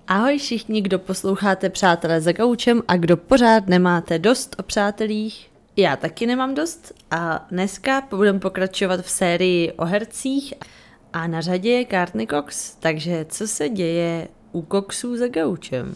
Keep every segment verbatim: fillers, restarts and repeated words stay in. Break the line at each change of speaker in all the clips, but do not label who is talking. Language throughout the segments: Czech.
Ahoj všichni, kdo posloucháte Přátelé za gaučem a kdo pořád nemáte dost o přátelích. Já taky nemám dost a dneska budeme pokračovat v sérii o hercích a na řadě je Courteney Cox, takže co se děje u Coxů za gaučem?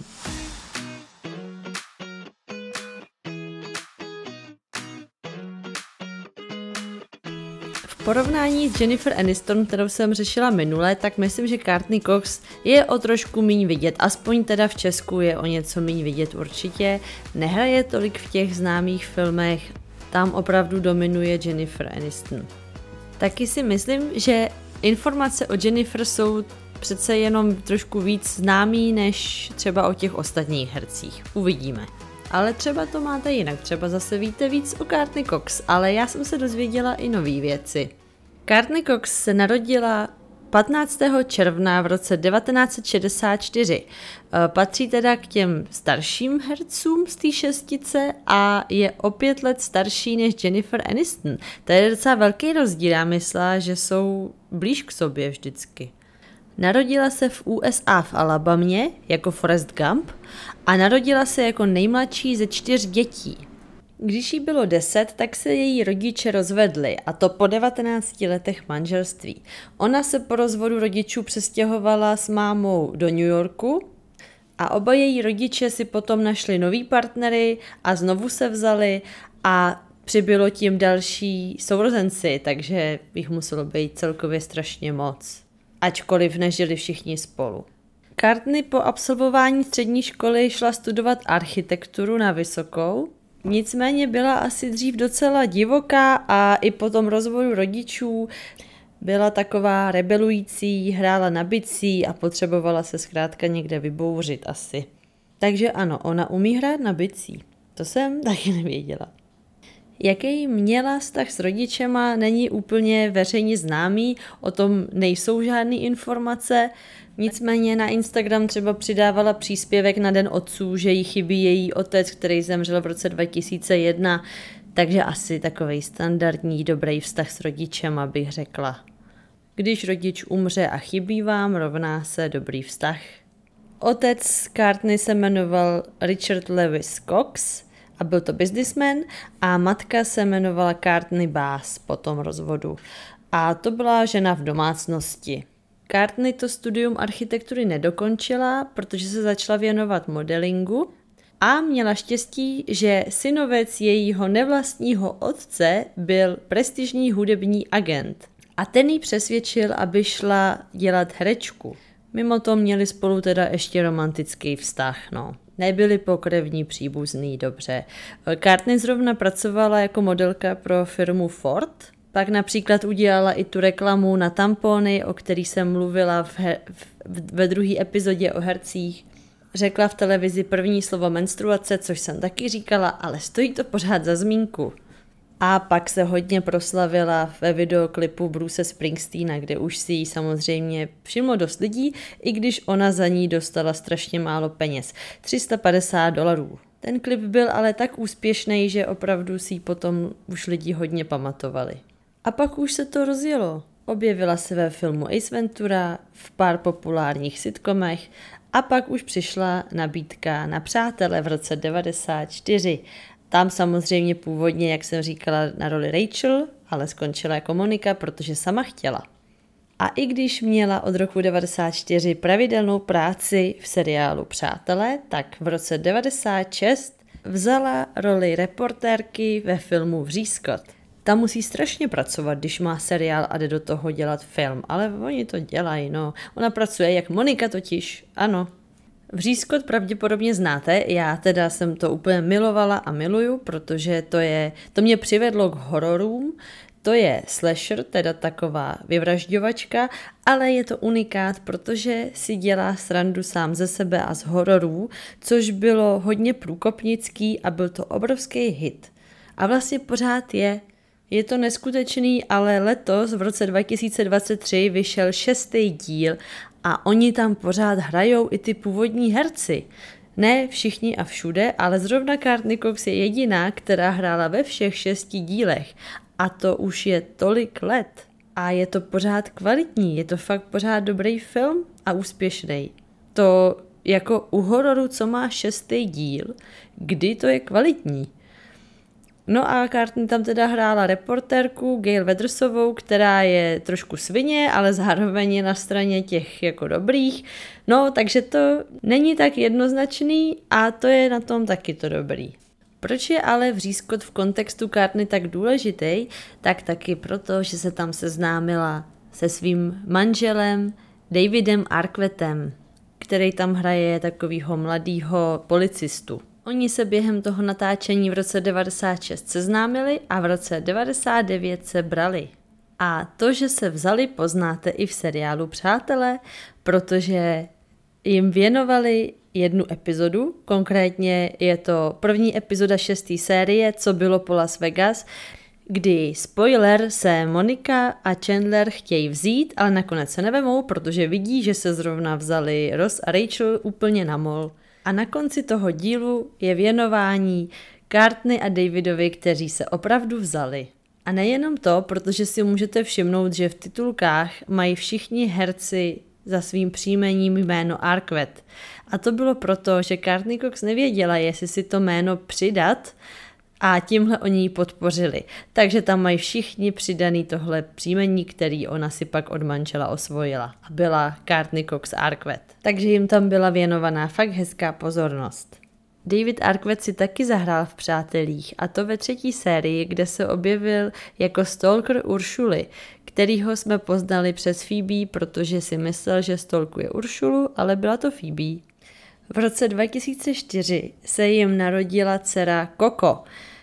V porovnání s Jennifer Aniston, kterou jsem řešila minule, tak myslím, že Courteney Cox je o trošku míň vidět, aspoň teda v Česku je o něco míň vidět určitě. Nehraje tolik v těch známých filmech, tam opravdu dominuje Jennifer Aniston. Taky si myslím, že informace o Jennifer jsou přece jenom trošku víc známý než třeba o těch ostatních hercích. Uvidíme. Ale třeba to máte jinak, třeba zase víte víc o Courteney Cox, ale já jsem se dozvěděla i nové věci. Courteney Cox se narodila patnáctého června v roce devatenáct set šedesát čtyři. Patří teda k těm starším hercům z té šestice a je o pět let starší než Jennifer Aniston. To je docela velký rozdíl, já myslela, že jsou blíž k sobě vždycky. Narodila se v U S A v Alabamě jako Forrest Gump a narodila se jako nejmladší ze čtyř dětí. Když jí bylo deset, tak se její rodiče rozvedli, a to po devatenácti letech manželství. Ona se po rozvodu rodičů přestěhovala s mámou do New Yorku a oba její rodiče si potom našli nový partnery a znovu se vzali a přibylo tím další sourozenci, takže jich muselo být celkově strašně moc, ačkoliv nežili všichni spolu. Courteney po absolvování střední školy šla studovat architekturu na vysokou, nicméně byla asi dřív docela divoká a i po tom rozvodu rodičů byla taková rebelující, hrála na bicí a potřebovala se zkrátka někde vybouřit asi. Takže ano, ona umí hrát na bicí. To jsem taky nevěděla. Jaký měla vztah s rodičema, není úplně veřejně známý, o tom nejsou žádné informace, nicméně na Instagram třeba přidávala příspěvek na Den otců, že jí chybí její otec, který zemřel v roce dva tisíce jedna, takže asi takovej standardní dobrý vztah s rodičema bych řekla. Když rodič umře a chybí vám, rovná se dobrý vztah. Otec Courteney se jmenoval Richard Lewis Cox, a byl to businessman a matka se jmenovala Courteney Bass po tom rozvodu. A to byla žena v domácnosti. Courteney to studium architektury nedokončila, protože se začala věnovat modelingu a měla štěstí, že synovec jejího nevlastního otce byl prestižní hudební agent. A ten jí přesvědčil, aby šla dělat herečku. Mimo to měli spolu teda ještě romantický vztah, no. Nebyli pokrevní příbuzný, dobře. Courteney zrovna pracovala jako modelka pro firmu Ford, pak například udělala i tu reklamu na tampony, o který jsem mluvila v her- v, ve druhé epizodě o hercích. Řekla v televizi první slovo menstruace, což jsem taky říkala, ale stojí to pořád za zmínku. A pak se hodně proslavila ve videoklipu Bruce Springsteena, kde už si ji samozřejmě všimlo dost lidí, i když ona za ní dostala strašně málo peněz. tři sta padesát dolarů. Ten klip byl ale tak úspěšný, že opravdu si ji potom už lidi hodně pamatovali. A pak už se to rozjelo. Objevila se ve filmu Ace Ventura, v pár populárních sitcomech a pak už přišla nabídka na Přátele v roce devadesát čtyři. Tam samozřejmě původně, jak jsem říkala, na roli Rachel, ale skončila jako Monika, protože sama chtěla. A i když měla od roku devadesát čtyři pravidelnou práci v seriálu Přátelé, tak v roce devadesát šest vzala roli reportérky ve filmu Vřískot. Ta musí strašně pracovat, když má seriál a jde do toho dělat film, ale oni to dělají, no. Ona pracuje jak Monika totiž, ano. Vřískot pravděpodobně znáte, já teda jsem to úplně milovala a miluju, protože to je, to mě přivedlo k hororům, to je slasher, teda taková vyvražďovačka, ale je to unikát, protože si dělá srandu sám ze sebe a z hororů, což bylo hodně průkopnický a byl to obrovský hit. A vlastně pořád je. Je to neskutečný, ale letos v roce dva tisíce dvacet tři vyšel šestý díl a oni tam pořád hrajou i ty původní herci. Ne všichni a všude, ale zrovna Courteney Cox je jediná, která hrála ve všech šesti dílech. A to už je tolik let. A je to pořád kvalitní, je to fakt pořád dobrý film a úspěšný. To jako u hororu, co má šestý díl, kdy to je kvalitní. No a Courtney tam teda hrála reportérku Gail Weathersovou, která je trošku svině, ale zároveň je na straně těch jako dobrých. No, takže to není tak jednoznačný a to je na tom taky to dobrý. Proč je ale vřízkot v kontextu Courtney tak důležitý? Tak taky proto, že se tam seznámila se svým manželem Davidem Arquettem, který tam hraje takovýho mladýho policistu. Oni se během toho natáčení v roce devadesát šest seznámili a v roce devadesát devět se brali. A to, že se vzali, poznáte i v seriálu Přátelé, protože jim věnovali jednu epizodu, konkrétně je to první epizoda šesté série, co bylo po Las Vegas, kdy, spoiler, se Monika a Chandler chtějí vzít, ale nakonec se nevemou, protože vidí, že se zrovna vzali Ross a Rachel úplně na mol. A na konci toho dílu je věnování Courtney a Davidovi, kteří se opravdu vzali. A nejenom to, protože si můžete všimnout, že v titulkách mají všichni herci za svým příjmením jméno Arquette. A to bylo proto, že Courtney Cox nevěděla, jestli si to jméno přidat, a tímhle oni ji podpořili. Takže tam mají všichni přidaný tohle příjmení, který ona si pak od manžela osvojila. A byla Courtney Cox Arquette. Takže jim tam byla věnovaná fakt hezká pozornost. David Arquette si taky zahrál v Přátelích, a to ve třetí sérii, kde se objevil jako stalker Uršuly, kterýho jsme poznali přes Phoebe, protože si myslel, že stalkuje Uršulu, ale byla to Phoebe. V roce dva tisíce čtyři se jim narodila dcera Coco.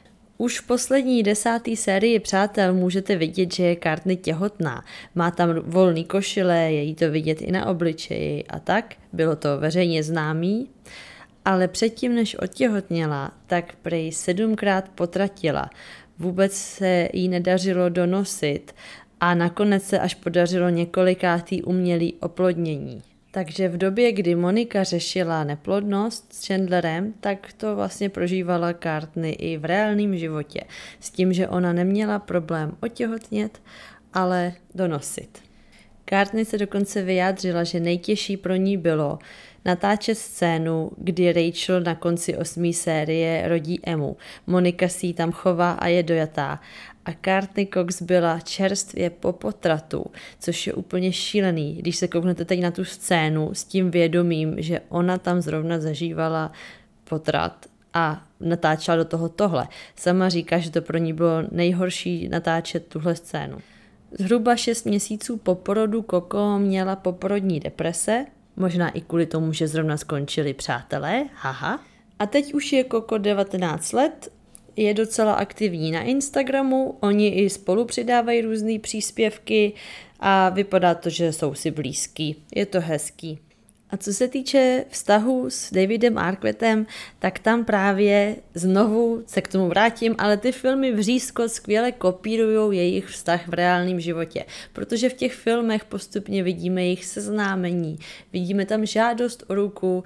Už v poslední desáté sérii Přátel můžete vidět, že je Courtney těhotná. Má tam volný košile, je jí to vidět i na obličeji a tak. Bylo to veřejně známý. Ale předtím, než otěhotněla, tak prej sedmkrát potratila. Vůbec se jí nedařilo donosit a nakonec se až podařilo několikátý umělý oplodnění. Takže v době, kdy Monika řešila neplodnost s Chandlerem, tak to vlastně prožívala Courtney i v reálném životě. S tím, že ona neměla problém otěhotnět, ale donosit. Courtney se dokonce vyjádřila, že nejtěžší pro ní bylo natáčet scénu, kdy Rachel na konci osmé série rodí Emu. Monika si ji tam chová a je dojatá. A Courtney Cox byla čerstvě po potratu, což je úplně šílený, když se kouknete teď na tu scénu s tím vědomím, že ona tam zrovna zažívala potrat a natáčela do toho tohle. Sama říká, že to pro ní bylo nejhorší natáčet tuhle scénu. Zhruba šest měsíců po porodu Coco měla poporodní deprese, možná i kvůli tomu, že zrovna skončili Přátelé, haha. A teď už je Coco devatenáct let, je docela aktivní na Instagramu, oni i spolu přidávají různé příspěvky a vypadá to, že jsou si blízký. Je to hezký. A co se týče vztahu s Davidem Arquettem, tak tam právě znovu se k tomu vrátím, ale ty filmy vřízkot skvěle kopírují jejich vztah v reálném životě, protože v těch filmech postupně vidíme jejich seznámení, vidíme tam žádost o ruku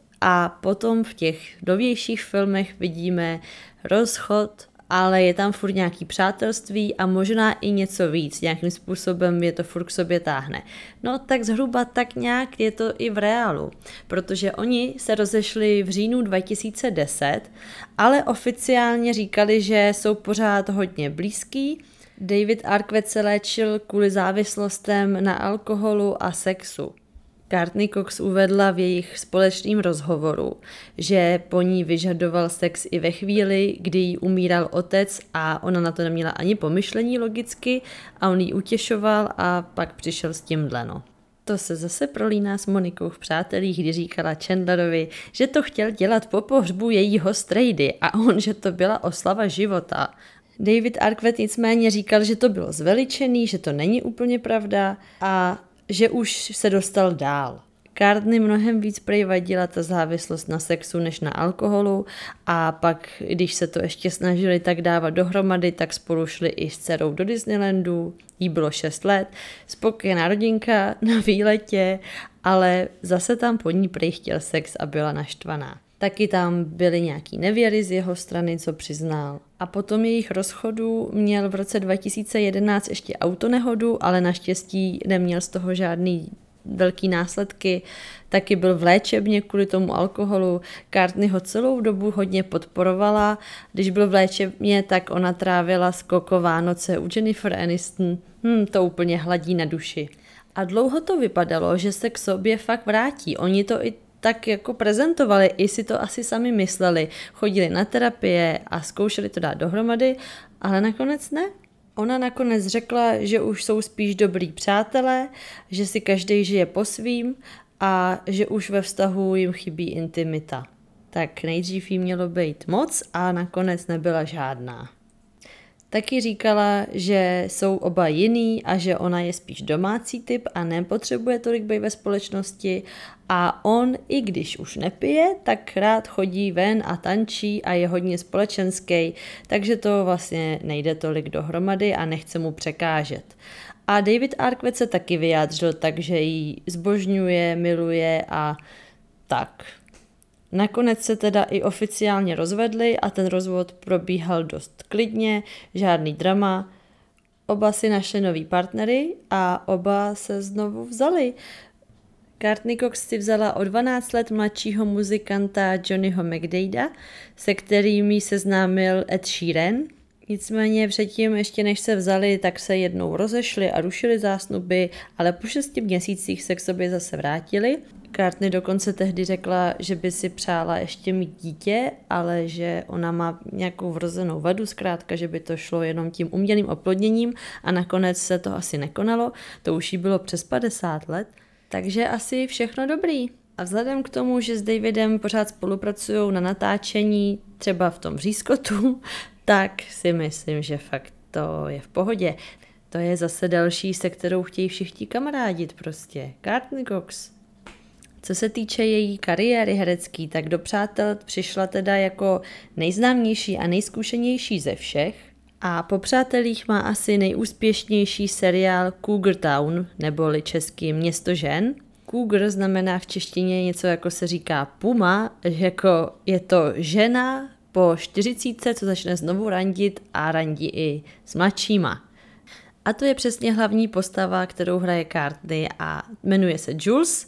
a potom v těch novějších filmech vidíme rozchod, ale je tam furt nějaký přátelství a možná i něco víc, nějakým způsobem je to furt k sobě táhne. No tak zhruba tak nějak je to i v reálu, protože oni se rozešli v říjnu dva tisíce deset, ale oficiálně říkali, že jsou pořád hodně blízký. David Arquette se léčil kvůli závislostem na alkoholu a sexu. Courtney Cox uvedla v jejich společném rozhovoru, že po ní vyžadoval sex i ve chvíli, kdy jí umíral otec a ona na to neměla ani pomyšlení logicky a on jí utěšoval a pak přišel s tímhle, no. To se zase prolíná s Monikou v Přátelích, kdy říkala Chandlerovi, že to chtěl dělat po pohřbu jejího strejdy a on, že to byla oslava života. David Arquette nicméně říkal, že to bylo zveličený, že to není úplně pravda a že už se dostal dál. Courtney mnohem víc prej vadila ta závislost na sexu než na alkoholu a pak, když se to ještě snažili tak dávat dohromady, tak spolu šli i s dcerou do Disneylandu, jí bylo šest let, spokojená rodinka na výletě, ale zase tam po ní prej chtěl sex a byla naštvaná. Taky tam byly nějaký nevěry z jeho strany, co přiznal. A potom jejich rozchodu měl v roce dva tisíce jedenáct ještě autonehodu, ale naštěstí neměl z toho žádný velký následky, taky byl v léčebně kvůli tomu alkoholu. Courtney ho celou dobu hodně podporovala. Když byl v léčebně, tak ona trávila skoko Vánoce u Jennifer Aniston. Hm, to úplně hladí na duši. A dlouho to vypadalo, že se k sobě fakt vrátí. Oni to i tak jako prezentovali, i si to asi sami mysleli. Chodili na terapie a zkoušeli to dát dohromady, ale nakonec ne. Ona nakonec řekla, že už jsou spíš dobrý přátelé, že si každý žije po svým a že už ve vztahu jim chybí intimita. Tak nejdřív jí mělo být moc a nakonec nebyla žádná. Taky říkala, že jsou oba jiný a že ona je spíš domácí typ a nepotřebuje tolik být ve společnosti a on, i když už nepije, tak rád chodí ven a tančí a je hodně společenský, takže to vlastně nejde tolik dohromady a nechce mu překážet. A David Arquette se taky vyjádřil tak, že ji zbožňuje, miluje a tak. Nakonec se teda i oficiálně rozvedli a ten rozvod probíhal dost klidně, žádný drama. Oba si našli nový partnery a oba se znovu vzali. Courtney Cox si vzala o dvanáct let mladšího muzikanta Johnnyho McDadea, se kterým jí seznámil Ed Sheeran. Nicméně předtím, ještě než se vzali, tak se jednou rozešli a rušili zásnuby, ale po šesti měsících se k sobě zase vrátili. Courtney dokonce tehdy řekla, že by si přála ještě mít dítě, ale že ona má nějakou vrozenou vadu, zkrátka, že by to šlo jenom tím umělým oplodněním a nakonec se to asi nekonalo, to už jí bylo přes padesát let, takže asi všechno dobrý. A vzhledem k tomu, že s Davidem pořád spolupracují na natáčení, třeba v tom Řízkotu, tak si myslím, že fakt to je v pohodě. To je zase další, se kterou chtějí všichni kamarádit prostě. Courtney Cox. Co se týče její kariéry herecký, tak do Přátel přišla teda jako nejznámější a nejzkušenější ze všech. A po Přátelích má asi nejúspěšnější seriál Cougar Town, neboli český Město žen. Cougar znamená v češtině něco, jako se říká puma, jako je to žena po čtyřicítce, co začne znovu randit a randí i s mladšíma. A to je přesně hlavní postava, kterou hraje Courtney a jmenuje se Jules.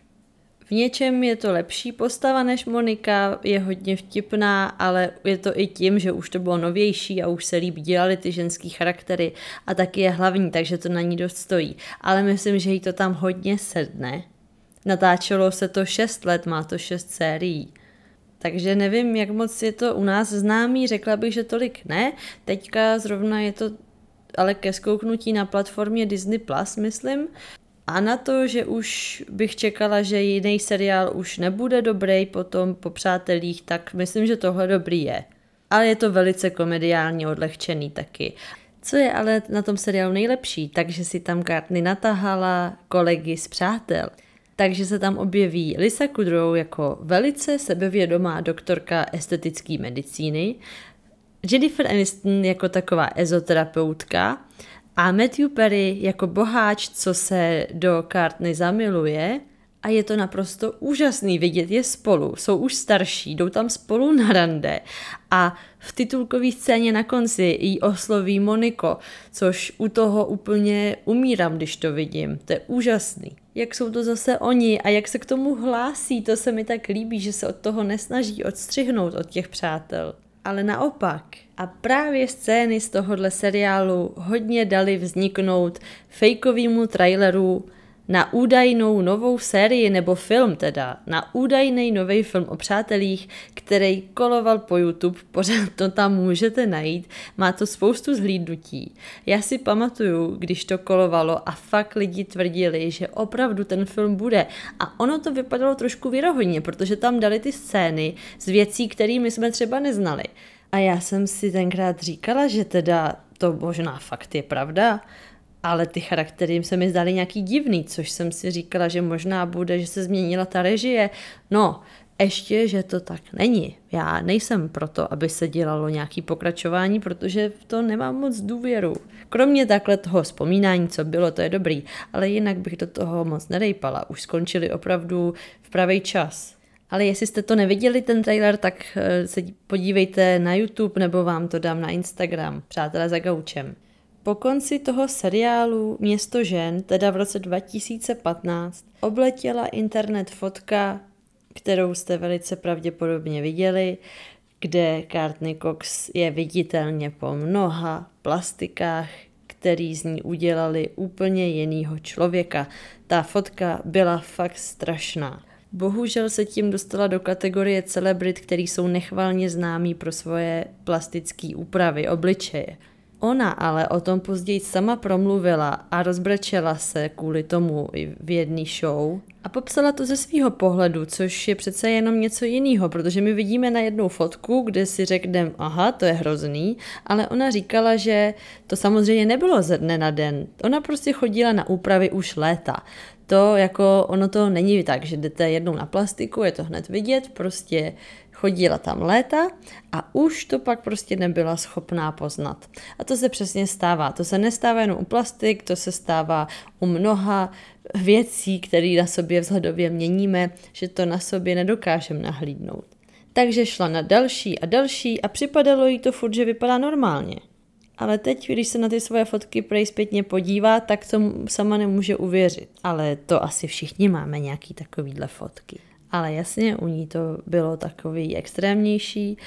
V něčem je to lepší postava než Monika, je hodně vtipná, ale je to i tím, že už to bylo novější a už se líp dělali ty ženský charaktery a taky je hlavní, takže to na ní dost stojí. Ale myslím, že jí to tam hodně sedne. Natáčelo se to šest let, má to šest sérií. Takže nevím, jak moc je to u nás známý, řekla bych, že tolik ne. Teďka zrovna je to ale ke zkouknutí na platformě Disney plus, myslím. A na to, že už bych čekala, že jiný seriál už nebude dobrý potom po Přátelích, tak myslím, že tohle dobrý je. Ale je to velice komediálně odlehčený taky. Co je ale na tom seriálu nejlepší, takže si tam Courtney natahala kolegy z Přátel. Takže se tam objeví Lisa Kudrow jako velice sebevědomá doktorka estetické medicíny, Jennifer Aniston jako taková ezoterapeutka a Matthew Perry jako boháč, co se do Courtney zamiluje a je to naprosto úžasný vidět je spolu, jsou už starší, jdou tam spolu na rande a v titulkové scéně na konci jí osloví Moniko, což u toho úplně umírám, když to vidím, to je úžasný. Jak jsou to zase oni a jak se k tomu hlásí, to se mi tak líbí, že se od toho nesnaží odstřihnout od těch přátel. Ale naopak. A právě scény z tohohle seriálu hodně dali vzniknout fejkovému traileru na údajnou novou sérii, nebo film teda, na údajný nový film o Přátelích, který koloval po YouTube, pořád to tam můžete najít, má to spoustu zhlídnutí. Já si pamatuju, když to kolovalo a fakt lidi tvrdili, že opravdu ten film bude a ono to vypadalo trošku věrohodně, protože tam dali ty scény z věcí, které my jsme třeba neznali. A já jsem si tenkrát říkala, že teda to možná fakt je pravda, ale ty charaktery se mi zdaly nějaký divný, což jsem si říkala, že možná bude, že se změnila ta režie. No, ještě, že to tak není. Já nejsem proto, aby se dělalo nějaké pokračování, protože v to nemám moc důvěru. Kromě takhle toho vzpomínání, co bylo, to je dobrý, ale jinak bych do toho moc nedejpala. Už skončili opravdu v pravý čas. Ale jestli jste to neviděli, ten trailer, tak se podívejte na YouTube nebo vám to dám na Instagram. Přátelé za gaučem. Po konci toho seriálu Město žen, teda v roce dva tisíce patnáct, obletěla internet fotka, kterou jste velice pravděpodobně viděli, kde Courteney Cox je viditelně po mnoha plastikách, který z ní udělali úplně jinýho člověka. Ta fotka byla fakt strašná. Bohužel se tím dostala do kategorie celebrit, který jsou nechvalně známí pro svoje plastické úpravy obličeje. Ona ale o tom později sama promluvila a rozbrečela se kvůli tomu v jedné show a popsala to ze svého pohledu, což je přece jenom něco jiného, protože my vidíme na jednu fotku, kde si řekneme, aha, to je hrozný, ale ona říkala, že to samozřejmě nebylo ze dne na den. Ona prostě chodila na úpravy už léta. To jako, ono to není tak, že jdete jednou na plastiku, je to hned vidět, prostě chodila tam léta a už to pak prostě nebyla schopná poznat. A to se přesně stává. To se nestává jenom u plastik, to se stává u mnoha věcí, které na sobě vzhledově měníme, že to na sobě nedokážeme nahlídnout. Takže šla na další a další a připadalo jí to furt, že vypadá normálně. Ale teď, když se na ty svoje fotky prej zpětně podívá, tak to sama nemůže uvěřit. Ale to asi všichni máme nějaký takovýhle fotky. Ale jasně, u ní to bylo takový extrémnější.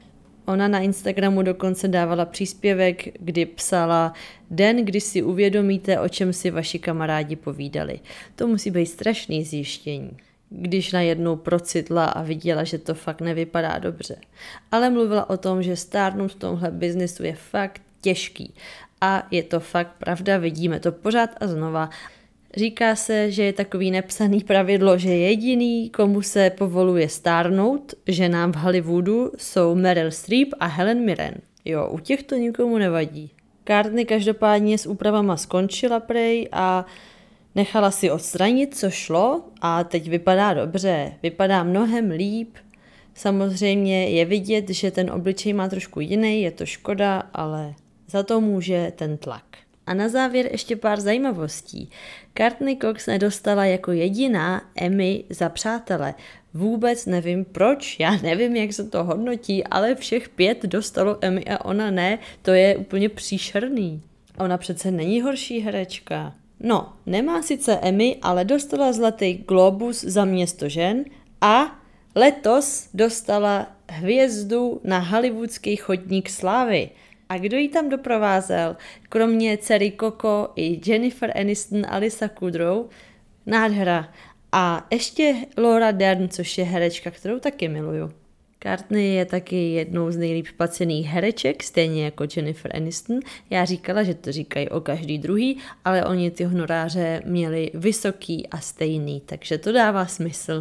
Ona na Instagramu dokonce dávala příspěvek, kdy psala den, kdy si uvědomíte, o čem si vaši kamarádi povídali. To musí být strašný zjištění, když najednou procitla a viděla, že to fakt nevypadá dobře. Ale mluvila o tom, že stárnout v tomhle biznesu je fakt těžký. A je to fakt pravda, vidíme to pořád a znova. Říká se, že je takový nepsaný pravidlo, že jediný, komu se povoluje stárnout, ženám v Hollywoodu, jsou Meryl Streep a Helen Mirren. Jo, u těch to nikomu nevadí. Courteney každopádně s úpravama skončila prej a nechala si odstranit, co šlo a teď vypadá dobře, vypadá mnohem líp. Samozřejmě je vidět, že ten obličej má trošku jiný, je to škoda, ale za to může ten tlak. A na závěr ještě pár zajímavostí. Courteney Cox nedostala jako jediná Emmy za Přátele. Vůbec nevím proč, já nevím, jak se to hodnotí, ale všech pět dostalo Emmy a ona ne, to je úplně příšerný. Ona přece není horší herečka. No, nemá sice Emmy, ale dostala Zlatý glóbus za Město žen a letos dostala hvězdu na hollywoodský chodník slávy. A kdo jí tam doprovázel? Kromě dcery Coco i Jennifer Aniston a Lisa Kudrow, nádhera. A ještě Laura Dern, což je herečka, kterou taky miluju. Courteney je taky jednou z nejlíp placených hereček, stejně jako Jennifer Aniston. Já říkala, že to říkají o každý druhý, ale oni ty honoráře měli vysoký a stejný, takže to dává smysl.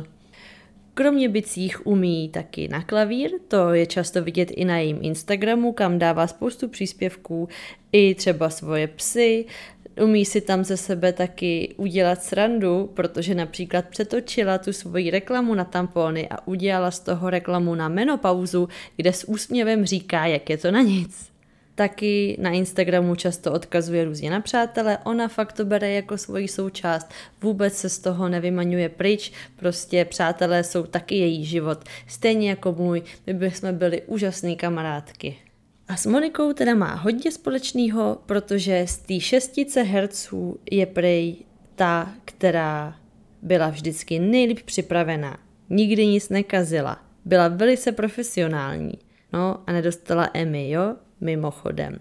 Kromě bicích umí taky na klavír, to je často vidět i na jejím Instagramu, kam dává spoustu příspěvků, i třeba svoje psy. Umí si tam ze sebe taky udělat srandu, protože například přetočila tu svoji reklamu na tampony a udělala z toho reklamu na menopauzu, kde s úsměvem říká, jak je to na nic. Taky na Instagramu často odkazuje různě na přátele, ona fakt to bere jako svoji součást, vůbec se z toho nevymaňuje pryč, prostě přátelé jsou taky její život, stejně jako můj, my bychom byli úžasný kamarádky. A s Monikou teda má hodně společného, protože z té šestice herců je prej ta, která byla vždycky nejlíp připravená, nikdy nic nekazila, byla velice profesionální, no a nedostala Emmy, jo? Mimochodem.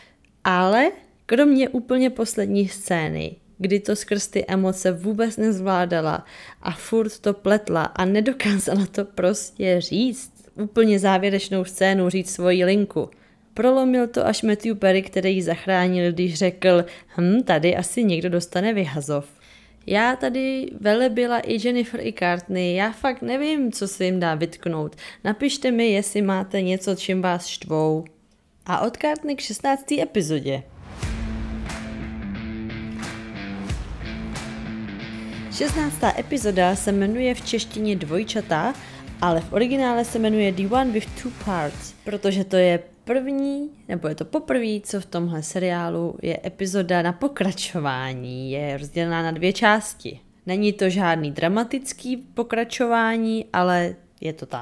Ale kromě úplně poslední scény, kdy to skrz ty emoce vůbec nezvládala a furt to pletla a nedokázala to prostě říct, úplně závěrečnou scénu říct svoji linku. Prolomil to až Matthew Perry, který ji zachránil, když řekl, hm, tady asi někdo dostane vyhazov. Já tady velebila i Jennifer i Courteney, já fakt nevím, co se jim dá vytknout. Napište mi, jestli máte něco, čím vás štvou. A od Courteney k šestnácté epizodě. šestnáctá epizoda se jmenuje v češtině Dvojčata, ale v originále se jmenuje The One with Two Parts, protože to je první, nebo je to poprvé, co v tomhle seriálu je epizoda na pokračování, je rozdělená na dvě části. Není to žádný dramatický pokračování, ale je to tam.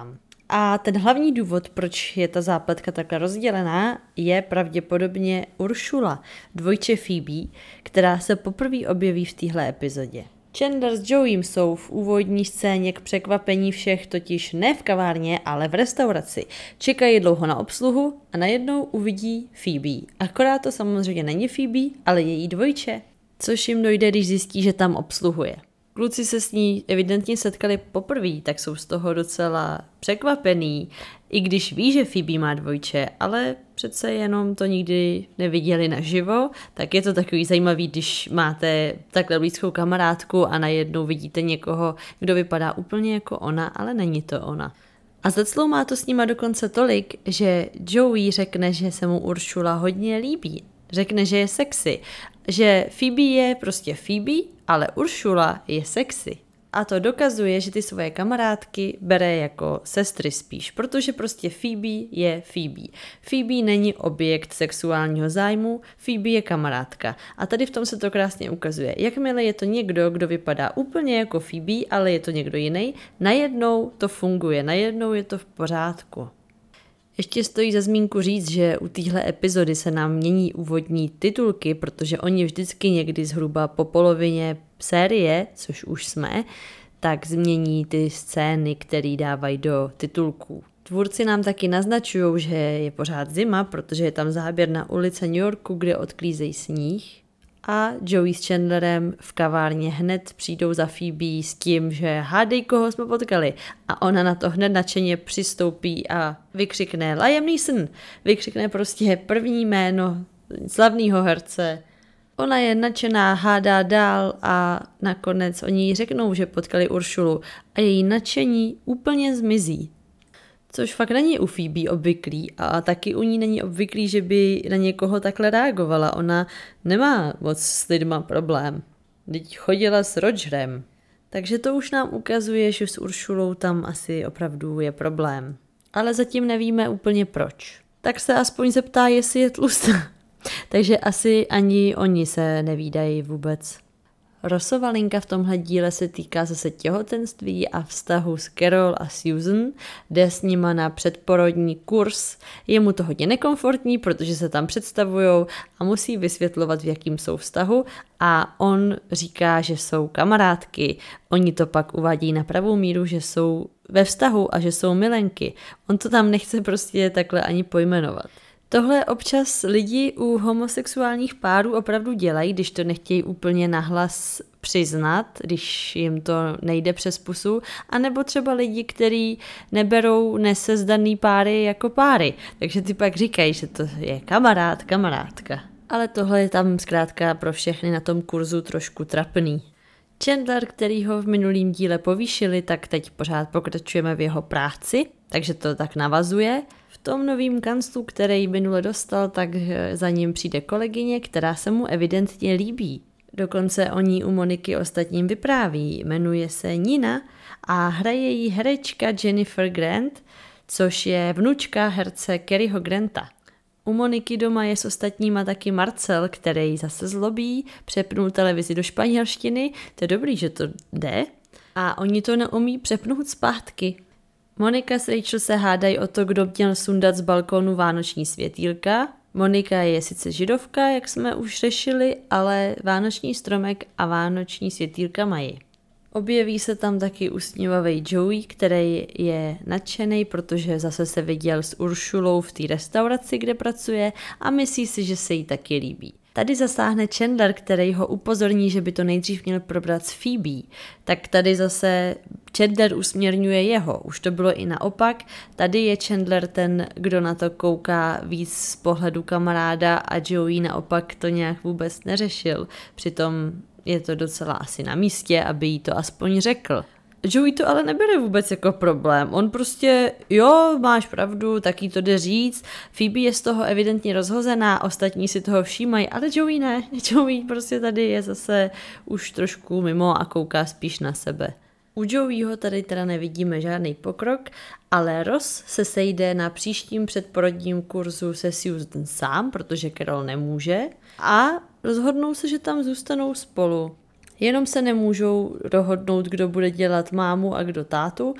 A ten hlavní důvod, proč je ta zápletka takhle rozdělená, je pravděpodobně Uršula, dvojče Phoebe, která se poprvé objeví v téhle epizodě. Chandler s Joeym jsou v úvodní scéně k překvapení všech totiž ne v kavárně, ale v restauraci. Čekají dlouho na obsluhu a najednou uvidí Phoebe. Akorát to samozřejmě není Phoebe, ale její dvojče, což jim dojde, když zjistí, že tam obsluhuje. Kluci se s ní evidentně setkali poprvé, tak jsou z toho docela překvapený, i když ví, že Phoebe má dvojče, ale přece jenom to nikdy neviděli naživo, tak je to takový zajímavý, když máte takhle blízkou kamarádku a najednou vidíte někoho, kdo vypadá úplně jako ona, ale není to ona. A zaclou má to s nima dokonce tolik, že Joey řekne, že se mu Uršula hodně líbí. Řekne, že je sexy, že Phoebe je prostě Phoebe, ale Uršula je sexy. A to dokazuje, že ty svoje kamarádky bere jako sestry spíš, protože prostě Phoebe je Phoebe. Phoebe není objekt sexuálního zájmu, Phoebe je kamarádka. A tady v tom se to krásně ukazuje. Jakmile je to někdo, kdo vypadá úplně jako Phoebe, ale je to někdo jiný, najednou to funguje, najednou je to v pořádku. Ještě stojí za zmínku říct, že u téhle epizody se nám mění úvodní titulky, protože oni vždycky někdy zhruba po polovině série, což už jsme, tak změní ty scény, které dávají do titulků. Tvůrci nám taky naznačují, že je pořád zima, protože je tam záběr na ulice New Yorku, kde odklízejí sníh. A Joey s Chandlerem v kavárně hned přijdou za Phoebe s tím, že hádej, koho jsme potkali. A ona na to hned nadšeně přistoupí a vykřikne Liam Neeson. Vykřikne prostě první jméno slavného herce. Ona je nadšená, hádá dál a nakonec oni jí řeknou, že potkali Uršulu a její nadšení úplně zmizí. Což fakt není u Phoebe obvyklý a taky u ní není obvyklý, že by na někoho takhle reagovala. Ona nemá moc s lidma problém. Teď chodila s Rogerem. Takže to už nám ukazuje, že s Uršulou tam asi opravdu je problém. Ale zatím nevíme úplně proč. Tak se aspoň zeptá, jestli je tlustá. Takže asi ani oni se nevídají vůbec. Rossova linka v tomhle díle se týká zase těhotenství a vztahu s Carol a Susan, jde s nima na předporodní kurz. Je mu to hodně nekomfortní, protože se tam představujou a musí vysvětlovat, v jakým jsou vztahu a on říká, že jsou kamarádky. Oni to pak uvádí na pravou míru, že jsou ve vztahu a že jsou milenky. On to tam nechce prostě takhle ani pojmenovat. Tohle občas lidi u homosexuálních párů opravdu dělají, když to nechtějí úplně nahlas přiznat, když jim to nejde přes pusu, anebo třeba lidi, kteří neberou nesezdaný páry jako páry, takže ty pak říkají, že to je kamarád, kamarádka. Ale tohle je tam zkrátka pro všechny na tom kurzu trošku trapný. Chandler, který ho v minulém díle povýšili, tak teď pořád pokračujeme v jeho práci, takže to tak navazuje. V tom novým kanclu, který minule dostal, tak za ním přijde kolegyně, která se mu evidentně líbí. Dokonce o ní u Moniky ostatním vypráví, jmenuje se Nina a hraje jí herečka Jennifer Grant, což je vnučka herce Caryho Granta. U Moniky doma je s ostatníma taky Marcel, který zase zlobí, přepnul televizi do španělštiny, to je dobrý, že to jde, a oni to neumí přepnout zpátky. Monika s Rachel se hádají o to, kdo měl sundat z balkónu vánoční světýlka. Monika je sice židovka, jak jsme už řešili, ale vánoční stromek a vánoční světýlka mají. Objeví se tam taky usměvavý Joey, který je nadšený, protože zase se viděl s Uršulou v té restauraci, kde pracuje a myslí si, že se jí taky líbí. Tady zasáhne Chandler, který ho upozorní, že by to nejdřív měl probrat s Phoebe. Tak tady zase Chandler usměrňuje jeho. Už to bylo i naopak. Tady je Chandler ten, kdo na to kouká víc z pohledu kamaráda a Joey naopak to nějak vůbec neřešil. Přitom je to docela asi na místě, aby jí to aspoň řekl. Joey to ale nebere vůbec jako problém. On prostě, jo, máš pravdu, tak jí to jde říct. Phoebe je z toho evidentně rozhozená, ostatní si toho všímají, ale Joey ne. Joey prostě tady je zase už trošku mimo a kouká spíš na sebe. U Joeyho tady teda nevidíme žádný pokrok, ale Ross se sejde na příštím předporodním kurzu se Susan sám, protože Carol nemůže, a rozhodnou se, že tam zůstanou spolu. Jenom se nemůžou dohodnout, kdo bude dělat mámu a kdo tátu,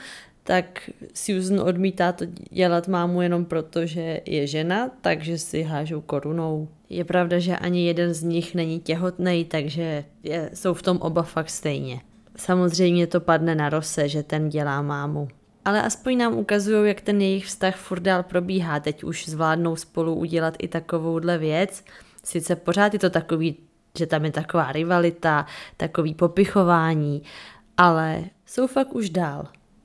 tak Susan odmítá to dělat mámu jenom proto, že je žena, takže si hážou korunou. Je pravda, že ani jeden z nich není těhotnej, takže je, jsou v tom oba fakt stejně. Samozřejmě to padne na Rosse, že ten dělá mámu. Ale aspoň nám ukazují, jak ten jejich vztah furt dál probíhá. Teď už zvládnou spolu udělat i takovouhle věc. Sice pořád je to takový, že tam je taková rivalita, takový popichování, ale jsou fakt už dál.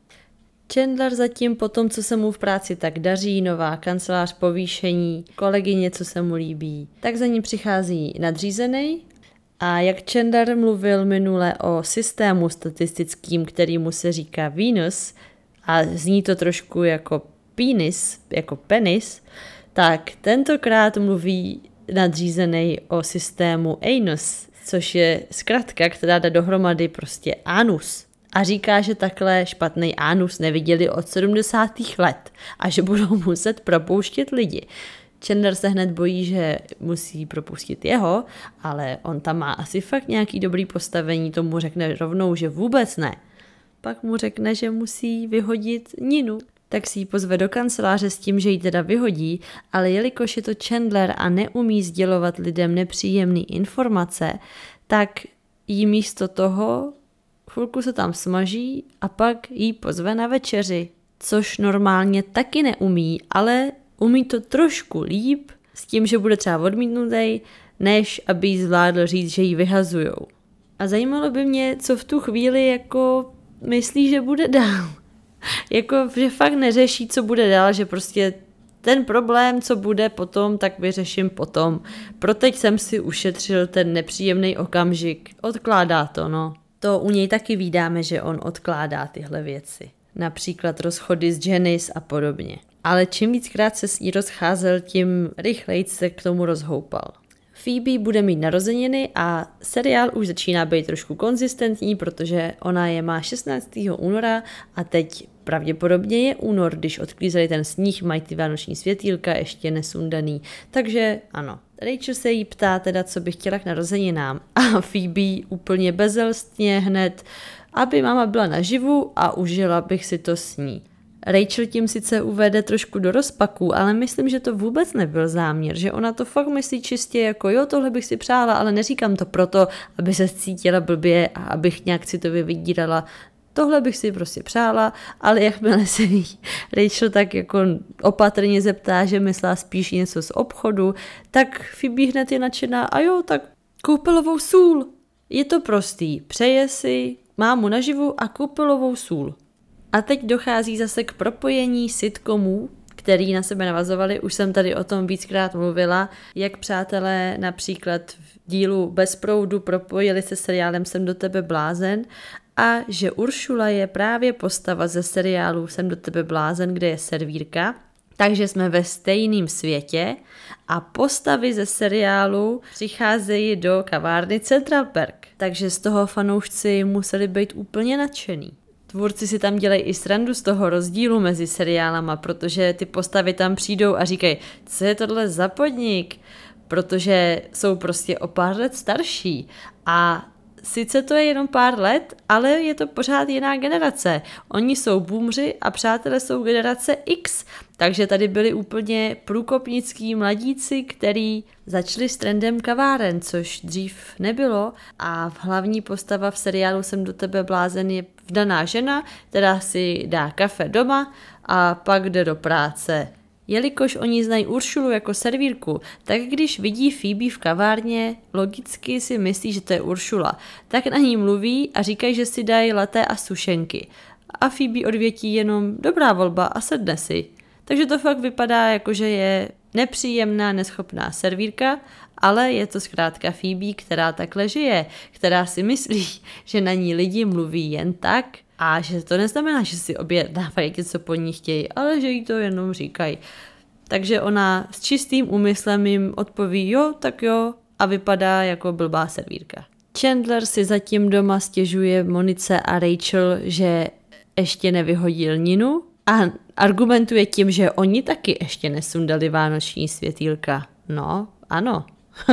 Chandler zatím po tom, co se mu v práci tak daří, nová kancelář, povýšení, kolegyně, co se mu líbí, tak za ním přichází nadřízený. A jak Chandler mluvil minule o systému statistickým, kterýmu se říká Venus, a zní to trošku jako penis, jako penis, tak tentokrát mluví nadřízený o systému anus, což je zkratka, která dá dohromady prostě anus. A říká, že takhle špatný anus neviděli od sedmdesátých let a že budou muset propouštět lidi. Chandler se hned bojí, že musí propustit jeho, ale on tam má asi fakt nějaký dobrý postavení, tomu řekne rovnou, že vůbec ne. Pak mu řekne, že musí vyhodit Ninu. Tak si ji pozve do kanceláře s tím, že ji teda vyhodí, ale jelikož je to Chandler a neumí sdělovat lidem nepříjemné informace, tak jí místo toho chvilku se tam smaží a pak jí pozve na večeři, což normálně taky neumí, ale umí to trošku líp s tím, že bude třeba odmítnutý, než aby jí zvládl říct, že ji vyhazujou. A zajímalo by mě, co v tu chvíli jako myslí, že bude dál. Jako, že fakt neřeší, co bude dál, že prostě ten problém, co bude potom, tak vyřeším potom. Proteď jsem si ušetřil ten nepříjemný okamžik. Odkládá to, no. To u něj taky vídáme, že on odkládá tyhle věci. Například rozchody s Janice a podobně. Ale čím víckrát se s ní rozcházel, tím rychleji se k tomu rozhoupal. Phoebe bude mít narozeniny a seriál už začíná být trošku konzistentní, protože ona je má šestnáctého února a teď pravděpodobně je únor, když odklízeli ten sníh, mají ty vánoční světýlka ještě nesundaný. Takže ano. Rachel se jí ptá teda, co by chtěla k narozeninám a Phoebe úplně bezelstně hned, aby máma byla naživu a užila bych si to s ní. Rachel tím sice uvede trošku do rozpaků, ale myslím, že to vůbec nebyl záměr, že ona to fakt myslí čistě jako jo, tohle bych si přála, ale neříkám to proto, aby se cítila blbě a abych nějak citově vydírala. Tohle bych si prostě přála, ale jakmile se jí Rachel tak jako opatrně zeptá, že myslela spíš něco z obchodu, tak Phoebe hned je nadšená a jo, tak koupelovou sůl. Je to prostý, přeje si mámu naživu a koupelovou sůl. A teď dochází zase k propojení sitcomů, který na sebe navazovali. Už jsem tady o tom víckrát mluvila, jak přátelé například v dílu Bez proudu propojili se seriálem Jsem do tebe blázen a že Uršula je právě postava ze seriálu Jsem do tebe blázen, kde je servírka. Takže jsme ve stejném světě a postavy ze seriálu přicházejí do kavárny Central Park. Takže z toho fanoušci museli být úplně nadšený. Tvůrci si tam dělají i srandu z toho rozdílu mezi seriálama, protože ty postavy tam přijdou a říkají, co je tohle za podnik, protože jsou prostě o pár let starší a sice to je jenom pár let, ale je to pořád jiná generace. Oni jsou boomři a přátelé jsou generace X, takže tady byli úplně průkopnický mladíci, který začali s trendem kaváren, což dřív nebylo a hlavní postava v seriálu Jsem do tebe blázen je vdaná žena, která si dá kafe doma a pak jde do práce. Jelikož oni znají Uršulu jako servírku, tak když vidí Phoebe v kavárně, logicky si myslí, že to je Uršula. Tak na ní mluví a říkají, že si dají latte a sušenky. A Phoebe odvětí jenom dobrá volba a sedne si. Takže to fakt vypadá jako, že je nepříjemná, neschopná servírka, ale je to zkrátka Phoebe, která takhle žije, která si myslí, že na ní lidi mluví jen tak, a že to neznamená, že si objednávají něco po ní chtějí, ale že jí to jenom říkají. Takže ona s čistým úmyslem jim odpoví jo, tak jo a vypadá jako blbá servírka. Chandler si zatím doma stěžuje Monice a Rachel, že ještě nevyhodil Ninu a argumentuje tím, že oni taky ještě nesundali vánoční světýlka. No, ano.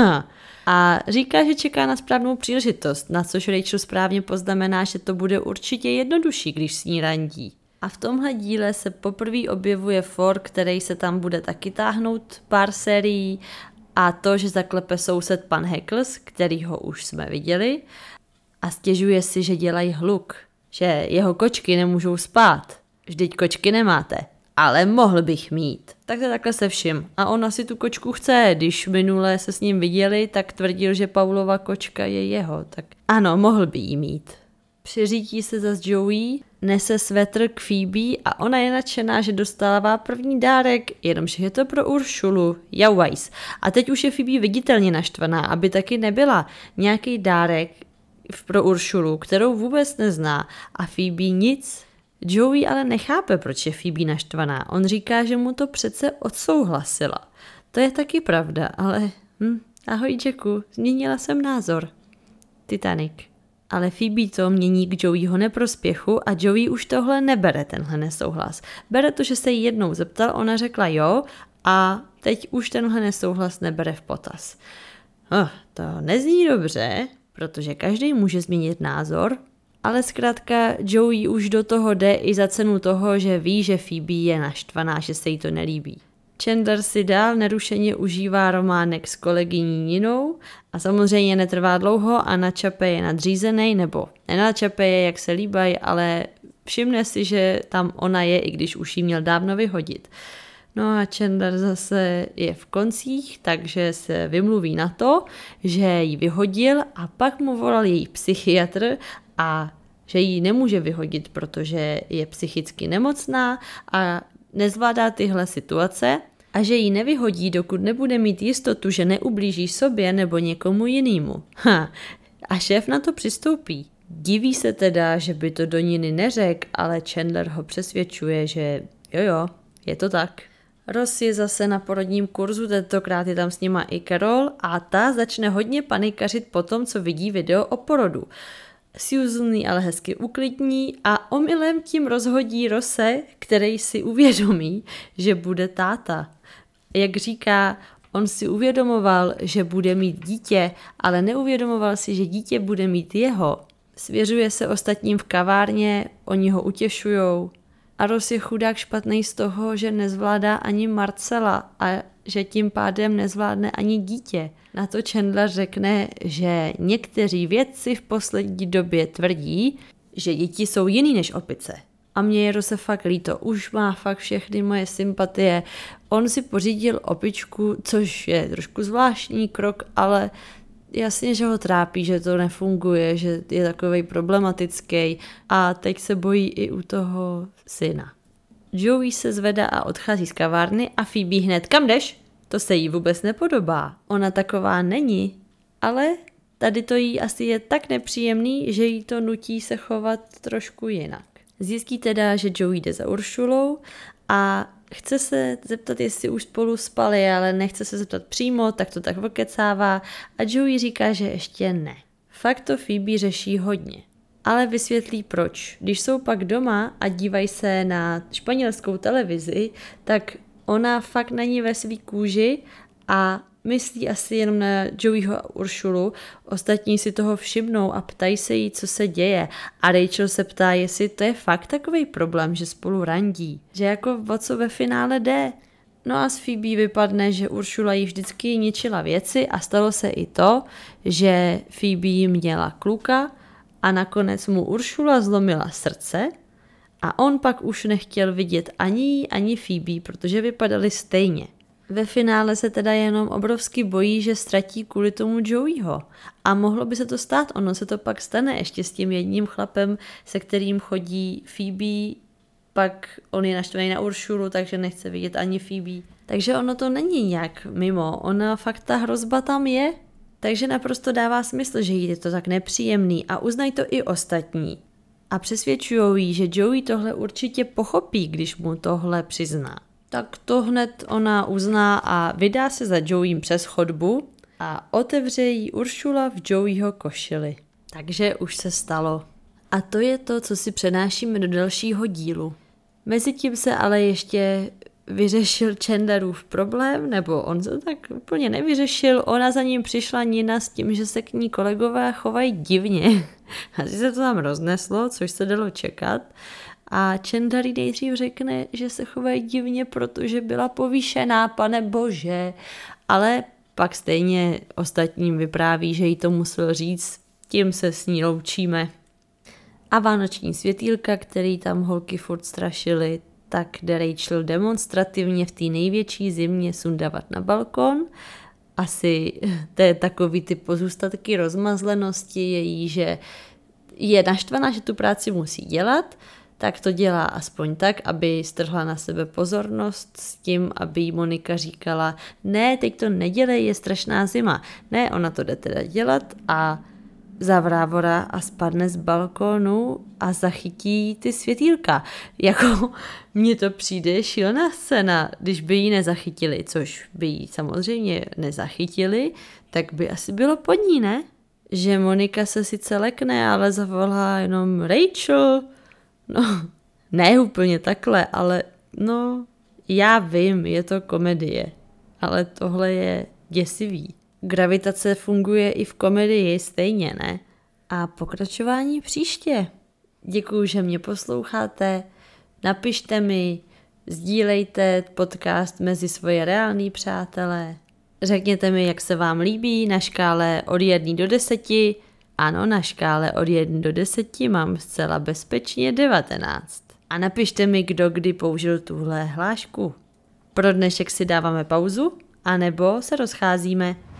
A říká, že čeká na správnou příležitost, na což Rachel správně poznamená, že to bude určitě jednodušší, když s ní randí. A v tomhle díle se poprvé objevuje for, který se tam bude taky táhnout pár sérií, a to, že zaklepe soused pan Heckles, kterýho už jsme viděli, a stěžuje si, že dělají hluk, že jeho kočky nemůžou spát. Vždyť kočky nemáte, ale mohl bych mít. Takže takhle se všim. A ona si tu kočku chce, když minule se s ním viděli, tak tvrdil, že Paulova kočka je jeho. Tak ano, mohl by jí mít. Přiřítí se zas Joey, nese svetr k Phoebe a ona je nadšená, že dostává první dárek, jenomže je to pro Uršulu, jauajs. A teď už je Phoebe viditelně naštvaná, aby taky nebyla nějaký dárek pro Uršulu, kterou vůbec nezná, a Phoebe nic. Joey ale nechápe, proč je Phoebe naštvaná. On říká, že mu to přece odsouhlasila. To je taky pravda, ale hm, ahoj Jacku, změnila jsem názor. Titanic. Ale Phoebe to mění k Joeyho neprospěchu a Joey už tohle nebere, tenhle nesouhlas. Bere to, že se jí jednou zeptal, ona řekla jo a teď už tenhle nesouhlas nebere v potaz. Oh, to nezní dobře, protože každý může změnit názor, ale zkrátka Joey už do toho jde i za cenu toho, že ví, že Phoebe je naštvaná, že se jí to nelíbí. Chandler si dál nerušeně užívá románek s kolegyní Ninou a samozřejmě netrvá dlouho a načape je nadřízenej, nebo nenačape je, jak se líbají, ale všimne si, že tam ona je, i když už jí měl dávno vyhodit. No a Chandler zase je v koncích, takže se vymluví na to, že ji vyhodil a pak mu volal její psychiatr a že ji nemůže vyhodit, protože je psychicky nemocná a nezvládá tyhle situace a že ji nevyhodí, dokud nebude mít jistotu, že neublíží sobě nebo někomu jinému. Ha, a šéf na to přistoupí. Diví se teda, že by to do Niny neřekl, ale Chandler ho přesvědčuje, že jo jo, je to tak. Ross je zase na porodním kurzu, tentokrát je tam s nima i Carol a ta začne hodně panikařit po tom, co vidí video o porodu. Susan ji ale hezky uklidní a omylem tím rozhodí Rosse, který si uvědomí, že bude táta. Jak říká, on si uvědomoval, že bude mít dítě, ale neuvědomoval si, že dítě bude mít jeho. Svěřuje se ostatním v kavárně, oni ho utěšujou. A Ross je chudák špatný z toho, že nezvládá ani Marcela a že tím pádem nezvládne ani dítě. Na to Chandler řekne, že někteří vědci v poslední době tvrdí, že děti jsou jiný než opice. A mě je Rosse fakt líto, už má fakt všechny moje sympatie. On si pořídil opičku, což je trošku zvláštní krok, ale jasně, že ho trápí, že to nefunguje, že je takovej problematický a teď se bojí i u toho syna. Joey se zvedá a odchází z kavárny a Phoebe hned, kam jdeš? To se jí vůbec nepodobá. Ona taková není, ale tady to jí asi je tak nepříjemný, že jí to nutí se chovat trošku jinak. Zjistí teda, že Joey jde za Uršulou a chce se zeptat, jestli už spolu spali, ale nechce se zeptat přímo, tak to tak vokecává a Joey říká, že ještě ne. Fakt to Phoebe řeší hodně. Ale vysvětlí proč. Když jsou pak doma a dívají se na španělskou televizi, tak ona fakt není ve svý kůži a myslí asi jenom na Joeyho a Uršulu, ostatní si toho všimnou a ptají se jí, co se děje. A Rachel se ptá, jestli to je fakt takový problém, že spolu randí, že jako o co ve finále jde. No a z Phoebe vypadne, že Uršula jí vždycky ničila věci a stalo se i to, že Phoebe jí měla kluka a nakonec mu Uršula zlomila srdce a on pak už nechtěl vidět ani jí, ani Phoebe, protože vypadali stejně. Ve finále se teda jenom obrovsky bojí, že ztratí kvůli tomu Joeyho. A mohlo by se to stát, ono se to pak stane ještě s tím jedním chlapem, se kterým chodí Phoebe, pak on je naštvaný na Uršulu, takže nechce vidět ani Phoebe. Takže ono to není nějak mimo, ona fakt ta hrozba tam je, takže naprosto dává smysl, že jí je to tak nepříjemný a uznají to i ostatní. A přesvědčují jí, že Joey tohle určitě pochopí, když mu tohle přizná. Tak to hned ona uzná a vydá se za Joeym přes chodbu a otevře jí Uršula v Joeyho košili. Takže už se stalo. A to je to, co si přenášíme do dalšího dílu. Mezitím se ale ještě vyřešil Chandlerův problém, nebo on se tak úplně nevyřešil, ona za ním přišla Nina s tím, že se k ní kolegové chovají divně. Asi se to tam rozneslo, což se dalo čekat. A Chandler jí nejdřív řekne, že se chovají divně, protože byla povýšená, pane bože. Ale pak stejně ostatním vypráví, že jí to musel říct, tím se s ní loučíme. A vánoční světýlka, který tam holky furt strašily, tak jde Rachel demonstrativně v té největší zimě sundavat na balkon. Asi to je takový ty pozůstatky rozmazlenosti její, že je naštvaná, že tu práci musí dělat, tak to dělá aspoň tak, aby strhla na sebe pozornost s tím, aby jí Monika říkala, ne, teď to nedělej, je strašná zima. Ne, ona to jde teda dělat a zavrávora a spadne z balkónu a zachytí ty světýlka. Jako mně to přijde šílená scéna, když by ji nezachytili, což by ji samozřejmě nezachytili, tak by asi bylo pod ní, ne? Že Monika se sice lekne, ale zavolá jenom Rachel. No, ne úplně takhle, ale no, já vím, je to komedie, ale tohle je děsivý. Gravitace funguje i v komedii stejně, ne? A pokračování příště. Děkuju, že mě posloucháte. Napište mi, sdílejte podcast mezi svoje reální přátelé. Řekněte mi, jak se vám líbí na škále od jedné do deseti. Ano, na škále od jedné do deseti mám zcela bezpečně devatenáct. A napište mi, kdo kdy použil tuhle hlášku. Pro dnešek si dáváme pauzu, anebo se rozcházíme.